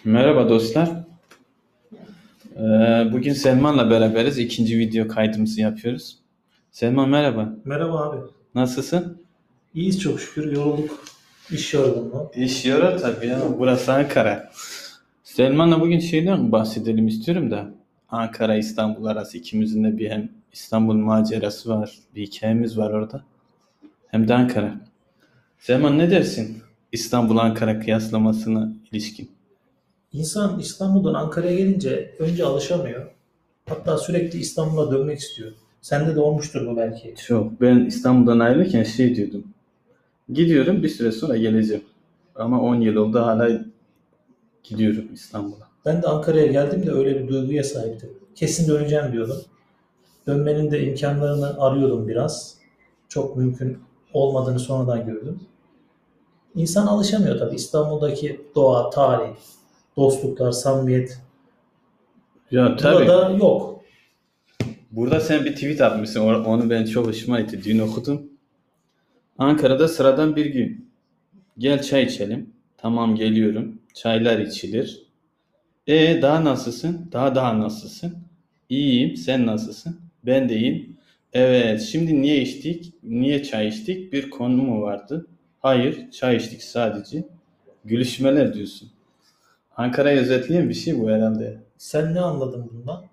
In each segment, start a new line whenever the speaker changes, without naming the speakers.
Merhaba dostlar. Bugün Selman'la beraberiz. İkinci video kaydımızı yapıyoruz. Selman merhaba.
Merhaba abi.
Nasılsın?
İyiyiz çok şükür. Yorulduk. İş yorgunluğu.
İş yorar tabii ya. Burası Ankara. Selman'la bugün şeyden bahsedelim istiyorum da. Ankara, İstanbul arası ikimizin de bir hem İstanbul macerası var. Bir hikayemiz var orada. Hem de Ankara. Selman ne dersin? İstanbul-Ankara kıyaslamasına ilişkin.
İnsan İstanbul'dan Ankara'ya gelince önce alışamıyor. Hatta sürekli İstanbul'a dönmek istiyor. Sende de olmuştur bu belki.
Çok. Ben İstanbul'dan ayrılırken şey diyordum. Gidiyorum bir süre sonra geleceğim. Ama 10 yıl oldu hala gidiyorum İstanbul'a.
Ben de Ankara'ya geldiğimde öyle bir duyguya sahiptim. Kesin döneceğim diyordum. Dönmenin de imkanlarını arıyordum biraz. Çok mümkün olmadığını sonradan gördüm. İnsan alışamıyor tabii. İstanbul'daki doğa, tarih, dostluklar, samimiyet
Ya tabii.
burada yok.
Burada sen bir tweet atmışsın. Onu ben çok hoşuma gitti. Dün okudum. Ankara'da sıradan bir gün. Gel çay içelim. Tamam geliyorum. Çaylar içilir. Daha nasılsın? Daha nasılsın? İyiyim. Sen nasılsın? Ben de iyiyim. Evet. Şimdi niye içtik? Niye çay içtik? Bir konu mu vardı? Hayır. Çay içtik sadece. Gülüşmeler diyorsun. Ankara'yı özetleyen bir şey bu herhalde.
Sen ne anladın bundan?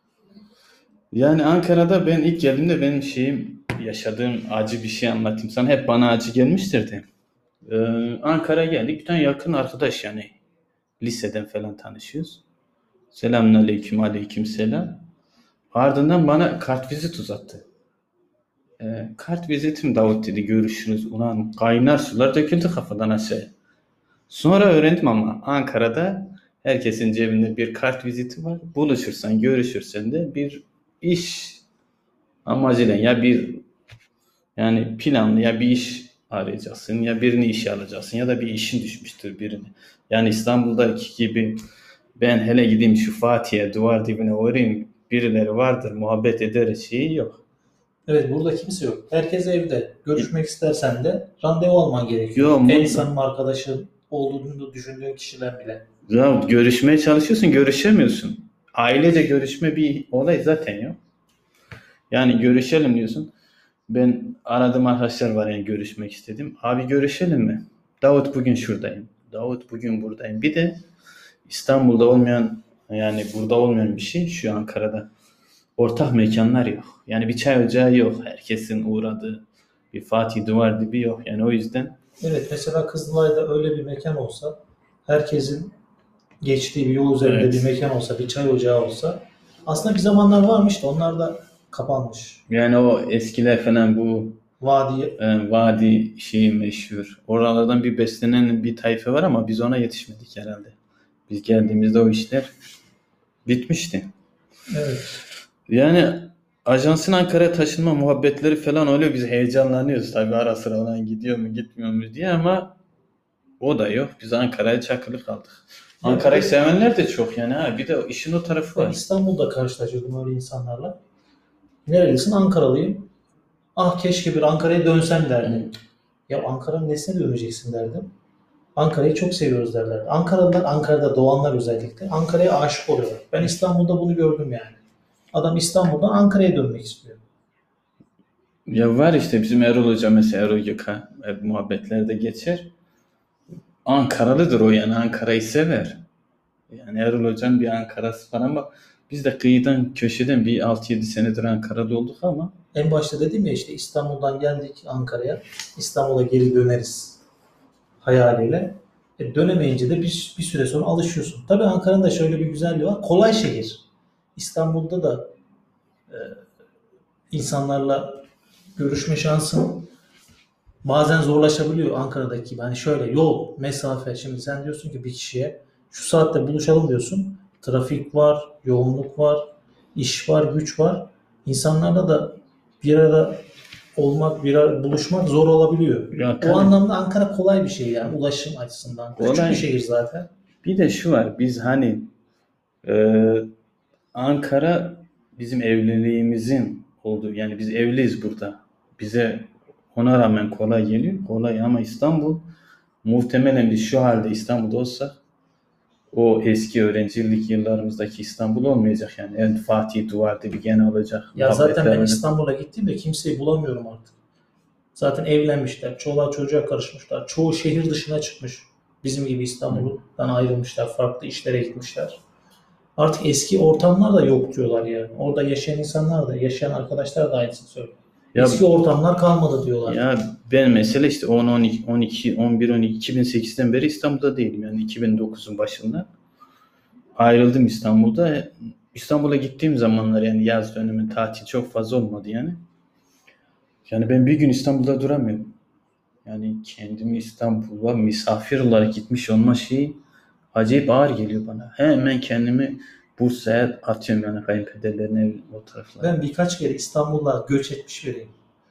Yani Ankara'da ben ilk geldiğimde benim yaşadığım acı bir şey anlatayım sana. Hep bana acı gelmiştir de. Ankara'ya geldik. Bir tane yakın arkadaş yani. Liseden falan tanışıyoruz. Selamünaleyküm, aleykümselam. Ardından bana kartvizit uzattı. Kartvizitim Davut dedi. Görüşürüz. Ulan kaynar sular döküldü kafadan aşağıya. Sonra öğrendim ama Ankara'da herkesin cebinde bir kartviziti var. Buluşursan, görüşürsen de bir iş amacıyla ya bir yani planlı ya bir iş arayacaksın ya birini işe alacaksın ya da bir işin düşmüştür birini. Yani İstanbul'daki gibi ben hele gideyim şu Fatih'e duvar dibine uğrayayım birileri vardır muhabbet ederiz şeyi yok.
Evet, burada kimse yok. Herkes evde. Görüşmek istersen de randevu alman gerekiyor.
Yok
En
mu?
samimi arkadaşın olduğunu düşündüğün kişiler bile.
Ya görüşmeye çalışıyorsun görüşemiyorsun. Ailece görüşme bir olay zaten yok. Yani görüşelim diyorsun. Ben aradığım arkadaşlar var yani görüşmek istedim. Abi görüşelim mi? Davut bugün şuradayım. Davut bugün buradayım. Bir de İstanbul'da olmayan yani burada olmayan bir şey şu Ankara'da. Ortak mekanlar yok. Yani bir çay ocağı yok. Herkesin uğradığı bir Fatih Duvar Dibi yok. Yani o yüzden
Evet, mesela Kızılay'da öyle bir mekan olsa, herkesin geçtiği bir yol üzerinde bir
evet.
mekan olsa, bir çay ocağı olsa, aslında bir zamanlar varmış da onlar da kapanmış.
Yani o eskiler falan bu
Vadi,
vadi şeyi meşhur. Oralardan bir beslenen bir tayfa var ama biz ona yetişmedik herhalde. Biz geldiğimizde o işler bitmişti.
evet.
Yani ajansın Ankara'ya taşınma muhabbetleri falan oluyor. Biz heyecanlanıyoruz tabii ara sıra olan gidiyor mu gitmiyor mu diye ama o da yok. Biz Ankara'ya çakılı kaldık.
Ya bir
Ankara'yı
de
sevenler de çok yani ha. Bir de işin o tarafı
ben
var.
İstanbul'da karşılaşıyordum öyle insanlarla. Nerelisin? Ankaralıyım. Ah keşke bir Ankara'ya dönsem derdim. Ya Ankara'nın nesine döneceksin derdim. Ankara'yı çok seviyoruz derler. Ankaralılar, Ankara'da doğanlar özellikle Ankara'ya aşık oluyorlar. Ben İstanbul'da bunu gördüm yani. Adam İstanbul'dan Ankara'ya dönmek istiyor.
Ya var işte bizim Erol Hoca mesela Erol Gökhan hep muhabbetlerde geçer. Ankaralıdır o yani Ankara'yı sever. Yani Erol Hoca'nın bir Ankara'sı var ama biz de kıyıdan köşeden bir 6-7 senedir Ankara'da olduk ama
En başta dedim ya işte İstanbul'dan geldik Ankara'ya. İstanbul'a geri döneriz hayaliyle. Dönemeyince de bir süre sonra alışıyorsun. Tabii Ankara'nın da şöyle bir güzelliği var. Kolay şehir. İstanbul'da da insanlarla görüşme şansın bazen zorlaşabiliyor Ankara'daki gibi. Hani şöyle yol, mesafe. Şimdi sen diyorsun ki bir kişiye şu saatte buluşalım diyorsun. Trafik var, yoğunluk var, iş var, güç var. İnsanlarla da bir arada olmak, bir arada buluşmak zor olabiliyor.
ya
O
tabii
anlamda Ankara kolay bir şey yani ulaşım açısından. Küçük bir
olay
şehir zaten.
bir de şu var biz hani e, Ankara bizim evliliğimizin olduğu yani biz evliyiz burada. Bize ona rağmen kolay geliyor. Kolay ama İstanbul muhtemelen biz şu halde İstanbul'da olsak o eski öğrencilik yıllarımızdaki İstanbul olmayacak yani. Evet, Fatih Duvar'da bir gene olacak.
Ya zaten
Muhabbetler
ben
öyle.
İstanbul'a gittiğimde kimseyi bulamıyorum artık. Zaten evlenmişler, çoluğa çocuğa karışmışlar. Çoğu şehir dışına çıkmış. Bizim gibi
Hı.
İstanbul'dan ayrılmışlar, farklı işlere gitmişler. Artık eski ortamlar da yok diyorlar yani. Orada yaşayan insanlar da, yaşayan arkadaşlar da aynısını söylüyor.
Ya
Eski ortamlar kalmadı diyorlar.
ya ben mesela işte 10, 12, 12, 11, 12, 2008'den beri İstanbul'da değilim. Yani 2009'un başında ayrıldım İstanbul'da. İstanbul'a gittiğim zamanlar yani yaz dönemi tatil çok fazla olmadı yani. Yani ben bir gün İstanbul'da duramıyorum. Yani kendimi İstanbul'a misafir olarak gitmiş olma şeyi acayip ağır geliyor bana. Hemen kendimi Bursa'ya atıyorum yani kayınpederlerin evi o taraflara.
Ben birkaç kere İstanbul'a göç etmiş biriyim.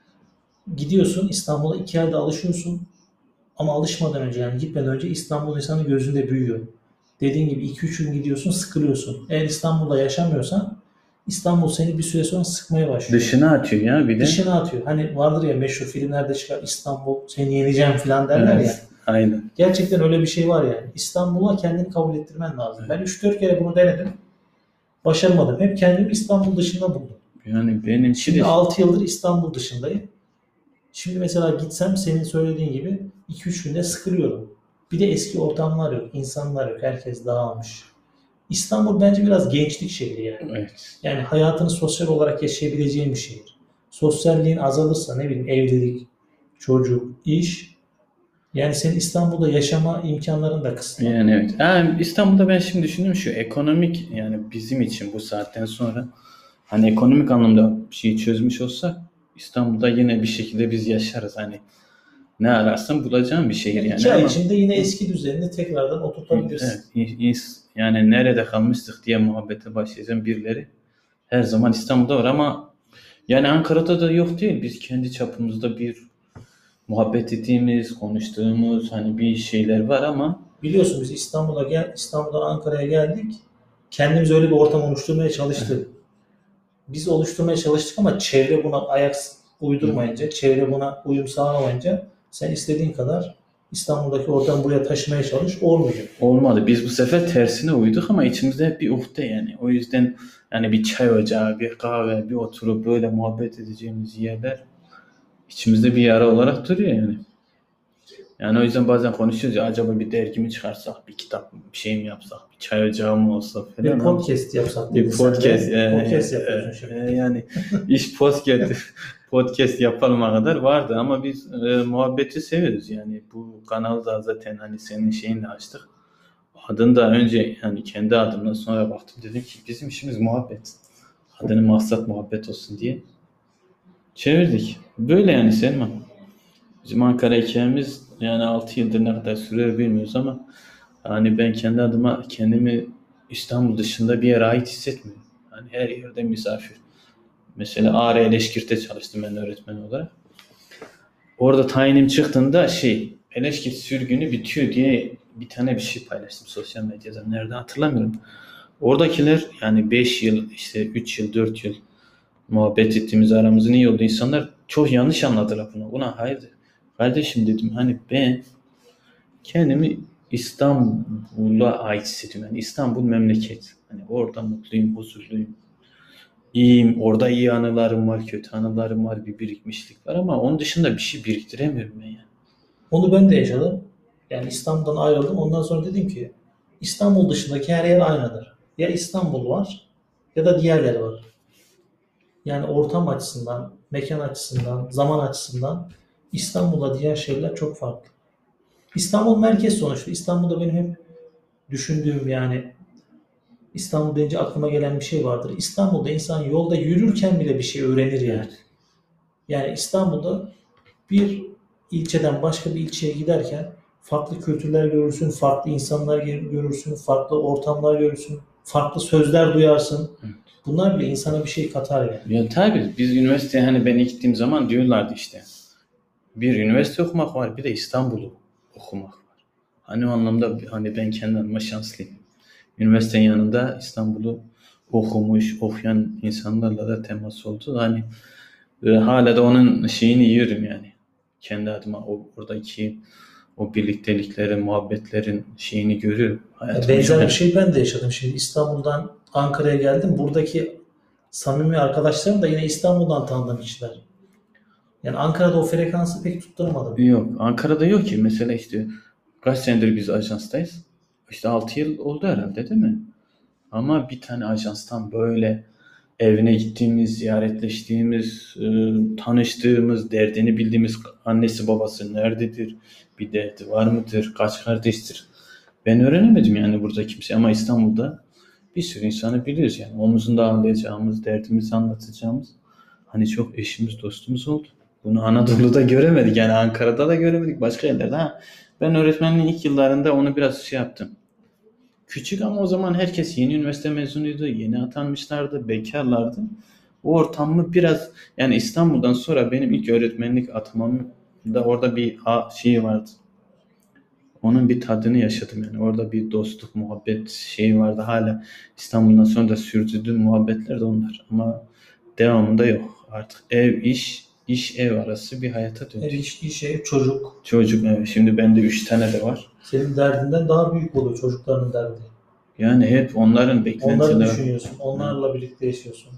Gidiyorsun İstanbul'a 2 ayda alışıyorsun. Ama alışmadan önce yani gitmeden önce İstanbul insanın gözünde büyüyor. Dediğin gibi 2-3 gün gidiyorsun sıkılıyorsun. Eğer İstanbul'da yaşamıyorsan İstanbul seni bir süre sonra sıkmaya başlıyor.
Dışına atıyor ya bir de.
Dışına atıyor. Hani vardır ya meşhur filmlerde çıkar İstanbul seni yeneceğim falan derler ya.
Evet, aynen.
Gerçekten öyle bir şey var yani. İstanbul'a kendini kabul ettirmen lazım. Ben 3-4 kere bunu denedim. Başaramadım. Hep kendimi İstanbul dışında buldum.
Yani benimki de
Şimdi 6 yıldır İstanbul dışındayım. Şimdi mesela gitsem senin söylediğin gibi 2-3 günde sıkılıyorum. Bir de eski ortamlar yok, insanlar yok, herkes dağılmış. İstanbul bence biraz gençlik şehri yani.
evet.
Yani hayatını sosyal olarak yaşayabileceğin bir şehir. Sosyalliğin azalırsa ne bileyim evlilik, çocuk, iş. Yani senin İstanbul'da yaşama imkanların da kısıtlı.
Yani evet. Yani İstanbul'da ben şimdi düşündüm şu ekonomik yani bizim için bu saatten sonra hani ekonomik anlamda bir şeyi çözmüş olsak İstanbul'da yine bir şekilde biz yaşarız. Hani ne ararsan bulacağım bir şehir
Yani
yani
2 ay
ama
içinde yine eski düzenini tekrardan
evet,
oturtabilirsin.
yani nerede kalmıştık diye muhabbete başlayacağım birileri her zaman İstanbul'da var ama yani Ankara'da da yok değil. Biz kendi çapımızda bir muhabbet ettiğimiz, konuştuğumuz hani bir şeyler var ama
Biliyorsun biz İstanbul'dan Ankara'ya geldik. Kendimiz öyle bir ortam oluşturmaya çalıştık. Biz oluşturmaya çalıştık ama çevre buna ayak uydurmayınca, çevre buna uyum sağlamayınca sen istediğin kadar İstanbul'daki ortamı buraya taşımaya çalış olmuyor.
olmadı. Biz bu sefer tersine uyduk ama içimizde hep bir ukde yani. O yüzden yani bir çay ocağı, bir kahve, bir oturup böyle muhabbet edeceğimiz yerler içimizde bir yara olarak duruyor yani. Yani o yüzden bazen konuşuyoruz ya acaba bir dergi mi çıkarsak, bir kitap mı, bir şey mi yapsak, bir çay ocağı mı olsa falan
Bir
ama
podcast yapsak
bir
dedin sen
podcast
de. Podcast yapıyorsun şimdi.
yani iş podcast yapalım kadar vardı ama biz muhabbeti seviyoruz yani bu kanalı da zaten hani senin şeyinle açtık. Adını da önce yani kendi adımdan sonra baktım dedim ki bizim işimiz muhabbet. Adını maksat muhabbet olsun diye çevirdik. Böyle yani Selman. Bizim Ankara hikayemiz yani 6 yıldır ne kadar sürer bilmiyoruz ama hani ben kendi adıma kendimi İstanbul dışında bir yere ait hissetmiyorum. Hani her yerde misafir. Mesela Ağrı Eleşkirt'te çalıştım ben öğretmen olarak. Orada tayinim çıktığında Eleşkirt sürgünü bitiyor diye bir tane bir şey paylaştım sosyal medyada. Nerede hatırlamıyorum. Oradakiler yani 5 yıl işte 3 yıl 4 yıl muhabbet ettiğimiz aramızın iyi olduğu insanlar çok yanlış anladılar bunu. Buna hayır. Kardeşim dedim hani ben kendimi İstanbul'a ait hissediyorum. Yani İstanbul memleket. Hani orada mutluyum, huzurluyum. İyiyim. Orada iyi anılarım var, kötü anılarım var, bir birikmişlik var ama onun dışında bir şey biriktiremiyorum ben yani.
Onu ben de yaşadım. Yani İstanbul'dan ayrıldım. Ondan sonra dedim ki İstanbul dışındaki her yer aynıdır. Ya İstanbul var ya da diğerleri var. Yani ortam açısından, mekan açısından, zaman açısından İstanbul'la diğer şehirler çok farklı. İstanbul merkez sonuçta. İstanbul'da benim hep düşündüğüm yani İstanbul deyince aklıma gelen bir şey vardır. İstanbul'da insan yolda yürürken bile bir şey öğrenir yani.
Evet.
Yani İstanbul'da bir ilçeden başka bir ilçeye giderken farklı kültürler görürsün, farklı insanlar görürsün, farklı ortamlar görürsün, farklı sözler duyarsın.
Evet.
Bunlar bile insana bir şey katar yani.
Ya tabii biz üniversiteye hani ben gittiğim zaman diyorlardı işte. Bir üniversite okumak var bir de İstanbul'u okumak var. Hani o anlamda hani ben kendi adıma şanslıyım. Üniversitenin yanında İstanbul'u okumuş, okuyan insanlarla da temas oldu. Hani hala da onun şeyini yiyorum yani. Kendi adıma oradaki o birlikteliklerin, muhabbetlerin şeyini görüyorum. Hayatım
Benzer
güzel.
bir şey ben de yaşadım. Şimdi İstanbul'dan Ankara'ya geldim. Buradaki samimi arkadaşlarım da yine İstanbul'dan tanıdığım kişiler. Yani Ankara'da o frekansı pek tutturamadım.
Yok. Ankara'da yok ki. Mesela işte kaç senedir biz ajanstayız? İşte 6 yıl oldu herhalde değil mi? Ama bir tane ajanstan böyle evine gittiğimiz, ziyaretleştiğimiz, tanıştığımız, derdini bildiğimiz annesi babası nerededir, bir derdi var mıdır, kaç kardeştir? Ben öğrenemedim yani burada kimse ama İstanbul'da bir sürü insanı biliyoruz yani. Omuzunda ağlayacağımız, derdimizi anlatacağımız hani çok eşimiz, dostumuz oldu. Bunu Anadolu'da göremedik yani Ankara'da da göremedik, başka yerlerde. Ha, ben öğretmenliğin ilk yıllarında onu biraz şey yaptım. Küçük ama o zaman herkes yeni üniversite mezunuydu, yeni atanmışlardı, bekarlardı. O ortamı biraz yani İstanbul'dan sonra benim ilk öğretmenlik atamamda orada bir şey vardı. Onun bir tadını yaşadım yani. Orada bir dostluk, muhabbet şeyi vardı. Hala İstanbul'dan sonra da sürdürdüğüm muhabbetler de onlar. Ama devamında yok. Artık ev, iş ev arası bir hayata döndü.
Her iş, ev, çocuk.
Çocuk ev. Şimdi bende 3 tane de var.
Senin derdinden daha büyük oluyor çocukların derdi.
Yani hep onların
Onları
beklentileri.
düşünüyorsun. Onlarla birlikte yaşıyorsun.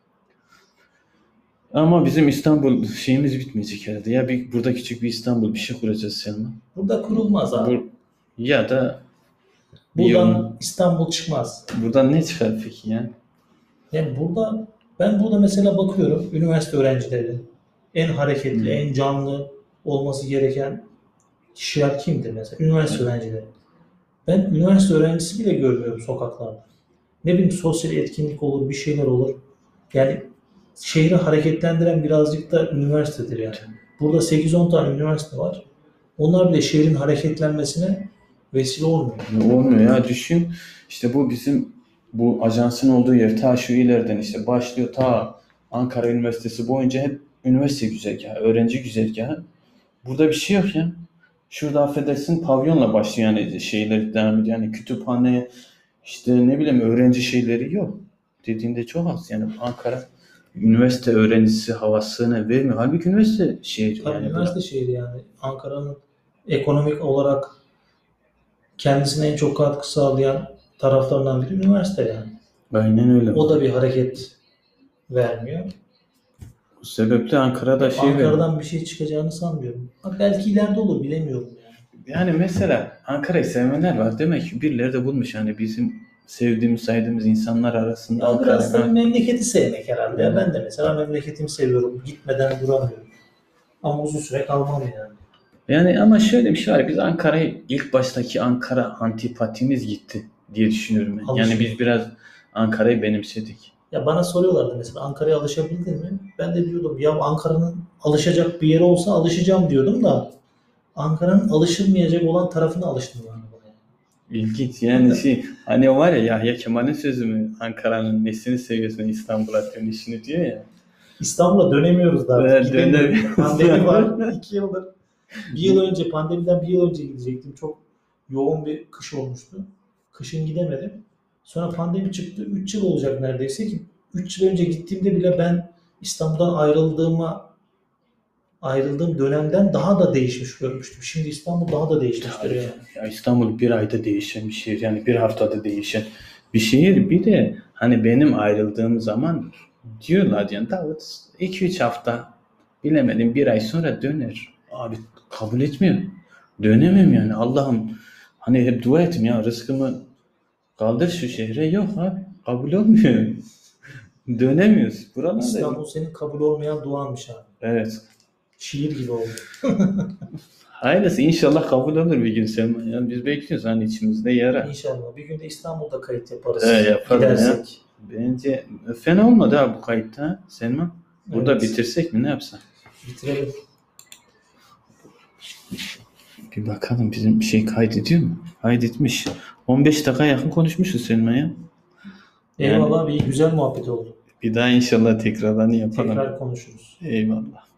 Ama bizim İstanbul şeyimiz bitmeyecek herhalde. Ya burada küçük bir İstanbul bir şey kuracağız Selma.
Burada kurulmaz abi.
Ya da
Buradan İstanbul çıkmaz.
buradan ne çıkar peki ya?
Yani ben burada mesela bakıyorum üniversite öğrencileri en hareketli, en canlı olması gereken kişiler kimdir mesela? Üniversite öğrencileri. Ben üniversite öğrencisi bile görmüyorum sokaklarda. Ne bileyim sosyal etkinlik olur, bir şeyler olur. Yani şehri hareketlendiren birazcık da üniversitedir yani. Burada 8-10 tane üniversite var. Onlar bile şehrin hareketlenmesine vesile olmuyor.
Olmuyor ya düşün. İşte bu bizim bu ajansın olduğu yer ta şu ileriden işte başlıyor ta Ankara Üniversitesi boyunca hep üniversite güzergahı, öğrenci güzergahı. Burada bir şey yok ya. Şurada affedersin pavyonla başlıyor yani şeyler devam ediyor. Yani kütüphane işte ne bileyim öğrenci şeyleri yok. Dediğinde çok az. Yani Ankara üniversite öğrencisi havasını vermiyor. Halbuki üniversite şehri
Tabii
yani.
üniversite şehri yani. Ankara'nın ekonomik olarak kendisine en çok katkı sağlayan taraflarından biri üniversite yani.
Aynen öyle.
O da bir hareket vermiyor.
Bu sebeple Ankara'da şey
Ankara'dan bir şey çıkacağını sanmıyorum. Belki ileride olur bilemiyorum yani.
Yani mesela Ankara'yı sevmenler var. Demek ki birileri de bulmuş yani bizim sevdiğimiz, saydığımız insanlar arasında
Ya biraz da
Ankara.
memleketi sevmek herhalde.
Evet.
Ben de mesela memleketimi seviyorum. Gitmeden duramıyorum. Ama uzun süre kalmam yani.
Yani ama şöyle bir şey var. Biz Ankara'yı ilk baştaki Ankara antipatimiz gitti diye düşünüyorum ben. Yani biz biraz Ankara'yı benimsedik.
Ya bana soruyorlardı mesela Ankara'ya alışabildin mi? Ben de diyordum ya Ankara'nın alışacak bir yeri olsa alışacağım diyordum da Ankara'nın alışılmayacak olan tarafına alıştım yani.
İlginç yani hani o var ya Yahya Kemal'in sözü mü? Ankara'nın nesini seviyorsun İstanbul'a dönüşünü diyor ya.
İstanbul'a dönemiyoruz da artık.
Dönemiyoruz.
Pandemi var 2 yıldır. Pandemiden bir yıl önce gidecektim. Çok yoğun bir kış olmuştu. Kışın gidemedim. Sonra pandemi çıktı. 3 yıl olacak neredeyse ki 3 yıl önce gittiğimde bile ben İstanbul'dan ayrıldığım dönemden daha da değişmiş görmüştüm. Şimdi İstanbul daha da değişmiştir yani.
Ya İstanbul bir ayda değişen bir şehir. Yani bir haftada değişen bir şehir. Bir de hani benim ayrıldığım zaman diyorlar yani Davut 2-3 hafta bilemedim bir ay sonra döner. Abi kabul etmiyor. Dönemem yani Allah'ım hani hep dua ettim ya rızkımı kaldır şu şehre. Yok abi kabul olmuyor. Dönemiyoruz. Buralarda.
İstanbul senin kabul olmayan duanmış abi.
Evet.
Şiir gibi oldu.
Hayırlısı inşallah kabul olur bir gün Selman. Yani biz bekliyoruz hani içimizde yara.
İnşallah. Bir gün de İstanbul'da kayıt yaparız.
Yaparız
Gidersek.
ya. Bence fena olmadı ha bu kayıtta Selman. Burada
Evet.
bitirsek mi ne yapsak?
Bitirelim.
Bir bakalım bizim bir şey kaydediyor mu? Kaydetmiş. 15 dakika yakın konuşmuşuz Selman ya.
Eyvallah abi. Güzel muhabbet oldu.
Bir daha inşallah tekrarlarını yapalım.
Tekrar konuşuruz.
Eyvallah.